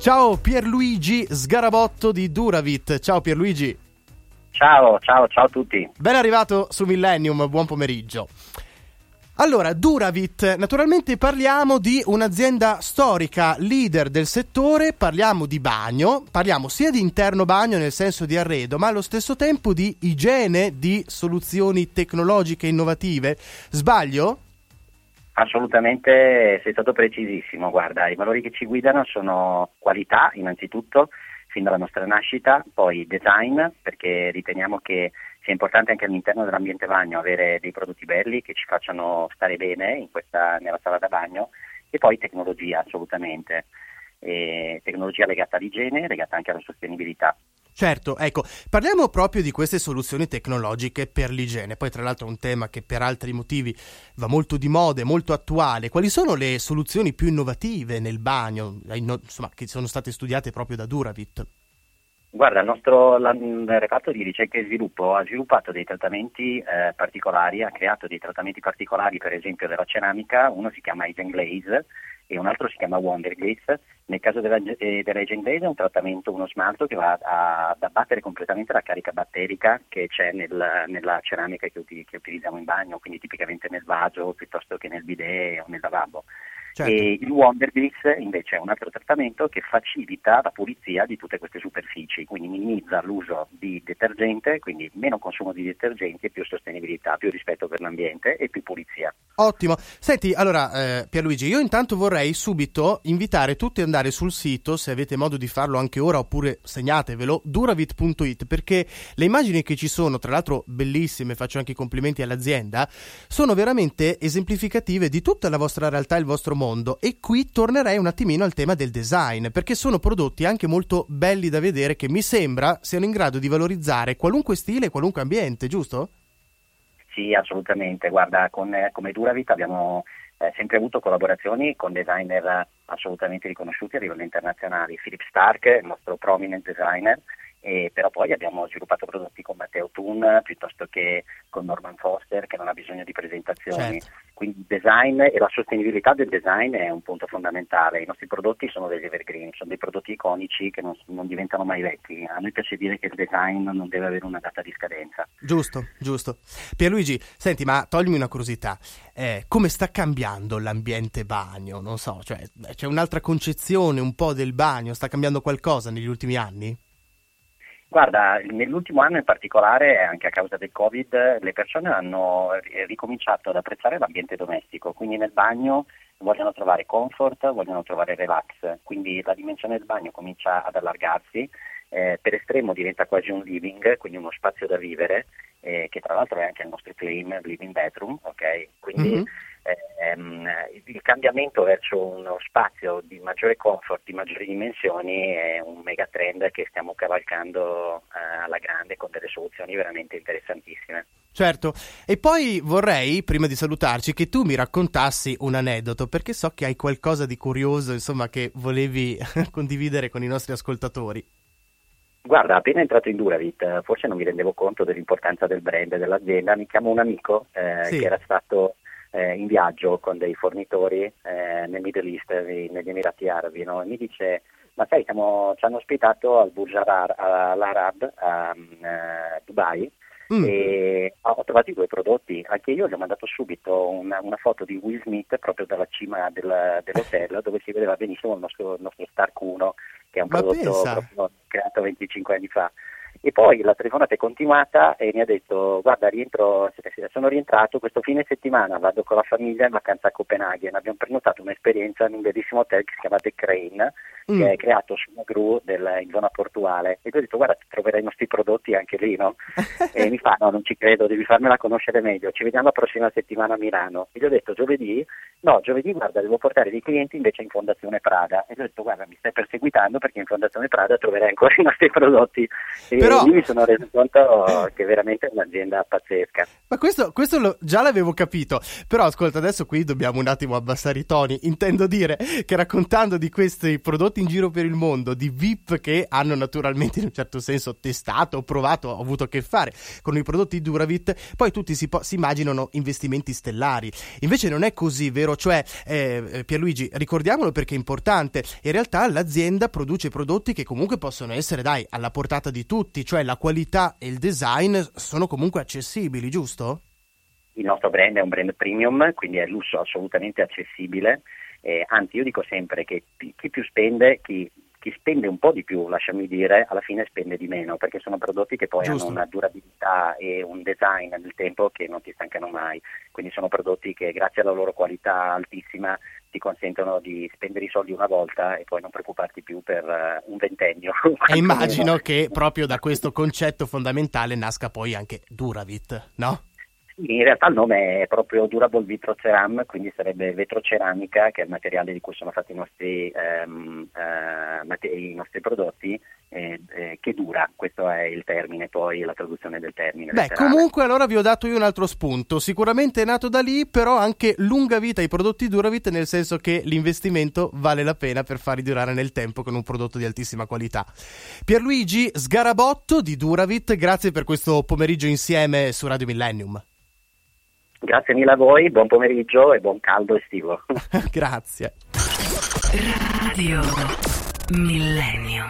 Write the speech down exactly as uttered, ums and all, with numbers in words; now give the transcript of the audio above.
Ciao Pierluigi Sgarabotto di Duravit. Ciao Pierluigi. Ciao, ciao, ciao a tutti. Ben arrivato su Millennium, buon pomeriggio. Allora, Duravit, naturalmente parliamo di un'azienda storica, leader del settore, parliamo di bagno, parliamo sia di interno bagno nel senso di arredo, ma allo stesso tempo di igiene, di soluzioni tecnologiche innovative. Sbaglio? Assolutamente, sei stato precisissimo. Guarda, i valori che ci guidano sono qualità, innanzitutto, fin dalla nostra nascita, poi design, perché riteniamo che sia importante anche all'interno dell'ambiente bagno avere dei prodotti belli che ci facciano stare bene in questa, nella sala da bagno, e poi tecnologia, assolutamente. E tecnologia legata all'igiene, legata anche alla sostenibilità. Certo, ecco, parliamo proprio di queste soluzioni tecnologiche per l'igiene, poi tra l'altro è un tema che per altri motivi va molto di moda, è molto attuale. Quali sono le soluzioni più innovative nel bagno, insomma, che sono state studiate proprio da Duravit? Guarda, il nostro la, il reparto di ricerca e sviluppo ha sviluppato dei trattamenti eh, particolari, ha creato dei trattamenti particolari, per esempio della ceramica. Uno si chiama Agent Glaze e un altro si chiama Wonder Glaze. Nel caso della, eh, dell'Agent Glaze è un trattamento, uno smalto che va a, ad abbattere completamente la carica batterica che c'è nel, nella ceramica che, uti, che utilizziamo in bagno, quindi tipicamente nel vaso piuttosto che nel bidet o nel lavabo. Certo. E il Wonder Glaze invece è un altro trattamento che facilita la pulizia di tutte queste superfici, quindi minimizza l'uso di detergente, quindi meno consumo di detergenti e più sostenibilità, più rispetto per l'ambiente e più pulizia. Ottimo. Senti, allora eh, Pierluigi, io intanto vorrei subito invitare tutti ad andare sul sito, se avete modo di farlo anche ora oppure segnatevelo, duravit punto it, perché le immagini che ci sono, tra l'altro bellissime, faccio anche i complimenti all'azienda, sono veramente esemplificative di tutta la vostra realtà e il vostro mondo. Mondo. E qui tornerei un attimino al tema del design, perché sono prodotti anche molto belli da vedere che mi sembra siano in grado di valorizzare qualunque stile, qualunque ambiente, giusto? Sì, assolutamente. Guarda, con, eh, come Duravit abbiamo eh, sempre avuto collaborazioni con designer assolutamente riconosciuti a livello internazionale. Philip Stark, il nostro prominent designer, e però poi abbiamo sviluppato prodotti con Matteo Thun piuttosto che con Norman Foster, che non ha bisogno di presentazioni. Certo. Quindi il design e la sostenibilità del design è un punto fondamentale. I nostri prodotti sono degli evergreen, sono dei prodotti iconici che non, non diventano mai vecchi. A noi piace dire che il design non deve avere una data di scadenza. Giusto, giusto. Pierluigi, senti, ma toglimi una curiosità. Eh, come sta cambiando l'ambiente bagno? Non so, cioè c'è un'altra concezione un po' del bagno? Sta cambiando qualcosa negli ultimi anni? Guarda, nell'ultimo anno in particolare, anche a causa del Covid, le persone hanno ricominciato ad apprezzare l'ambiente domestico, quindi nel bagno vogliono trovare comfort, vogliono trovare relax, quindi la dimensione del bagno comincia ad allargarsi, eh, per estremo diventa quasi un living, quindi uno spazio da vivere, eh, che tra l'altro è anche il nostro claim living bedroom, ok? Quindi mm-hmm. ehm, il cambiamento verso uno spazio di maggiore comfort, di maggiori dimensioni è un mega trend che stiamo cavalcando eh, alla grande con delle soluzioni veramente interessantissime. Certo, e poi vorrei, prima di salutarci, che tu mi raccontassi un aneddoto, perché so che hai qualcosa di curioso, insomma, che volevi condividere con i nostri ascoltatori. Guarda, appena entrato in Duravit, forse non mi rendevo conto dell'importanza del brand e dell'azienda. Mi chiama un amico eh, sì. che era stato eh, in viaggio con dei fornitori eh, nel Middle East, negli Emirati Arabi, no? E mi dice, ma sai, siamo, ci hanno ospitato al Burj Al Arab a uh, Dubai, mm. e ho trovato i due prodotti. Anche io gli ho mandato subito una, una foto di Will Smith proprio dalla cima del, dell'hotel, dove si vedeva benissimo il nostro, il nostro Stark uno, che è un Ma prodotto proprio creato venticinque anni fa. E poi la telefonata è continuata e mi ha detto, guarda, rientro, sono rientrato questo fine settimana, vado con la famiglia in vacanza a Copenaghen, abbiamo prenotato un'esperienza in un bellissimo hotel che si chiama The Crane, mm. che è creato su una gru del, in zona portuale, e gli ho detto, guarda, troverai i nostri prodotti anche lì, no? E mi fa, no, non ci credo, devi farmela conoscere meglio, ci vediamo la prossima settimana a Milano. E gli ho detto, giovedì? No, giovedì, guarda, devo portare dei clienti invece in Fondazione Prada. E gli ho detto, guarda, mi stai perseguitando perché in Fondazione Prada troverai ancora i nostri prodotti. E Però... lì mi sono reso conto che veramente è un'azienda pazzesca. Ma questo, questo lo, già l'avevo capito, però ascolta, adesso qui dobbiamo un attimo abbassare i toni. Intendo dire che raccontando di questi prodotti prodotti in giro per il mondo, di V I P che hanno naturalmente in un certo senso testato, provato, avuto a che fare con i prodotti Duravit, poi tutti si, po- si immaginano investimenti stellari. Invece non è così, vero? Cioè, eh, Pierluigi, ricordiamolo perché è importante, in realtà l'azienda produce prodotti che comunque possono essere, dai, alla portata di tutti, cioè la qualità e il design sono comunque accessibili, giusto? Il nostro brand è un brand premium, quindi è lusso assolutamente accessibile, eh, anzi io dico sempre che chi più spende, chi, chi spende un po' di più, lasciami dire, alla fine spende di meno, perché sono prodotti che poi Giusto. hanno una durabilità e un design nel tempo che non ti stancano mai, quindi sono prodotti che grazie alla loro qualità altissima ti consentono di spendere i soldi una volta e poi non preoccuparti più per uh, un ventennio. E immagino che proprio da questo concetto fondamentale nasca poi anche Duravit, no? In realtà il nome è proprio Durable Vitroceram, quindi sarebbe vetroceramica, che è il materiale di cui sono fatti i nostri, ehm, eh, mate- i nostri prodotti, eh, eh, che dura, questo è il termine, poi la traduzione del termine. Beh, letterale. comunque allora vi ho dato io un altro spunto, sicuramente è nato da lì, però anche lunga vita ai prodotti Duravit, nel senso che l'investimento vale la pena per farli durare nel tempo con un prodotto di altissima qualità. Pierluigi Sgarabotto di Duravit, grazie per questo pomeriggio insieme su Radio Millennium. Grazie mille a voi, buon pomeriggio e buon caldo estivo. Grazie. Radio Millennium.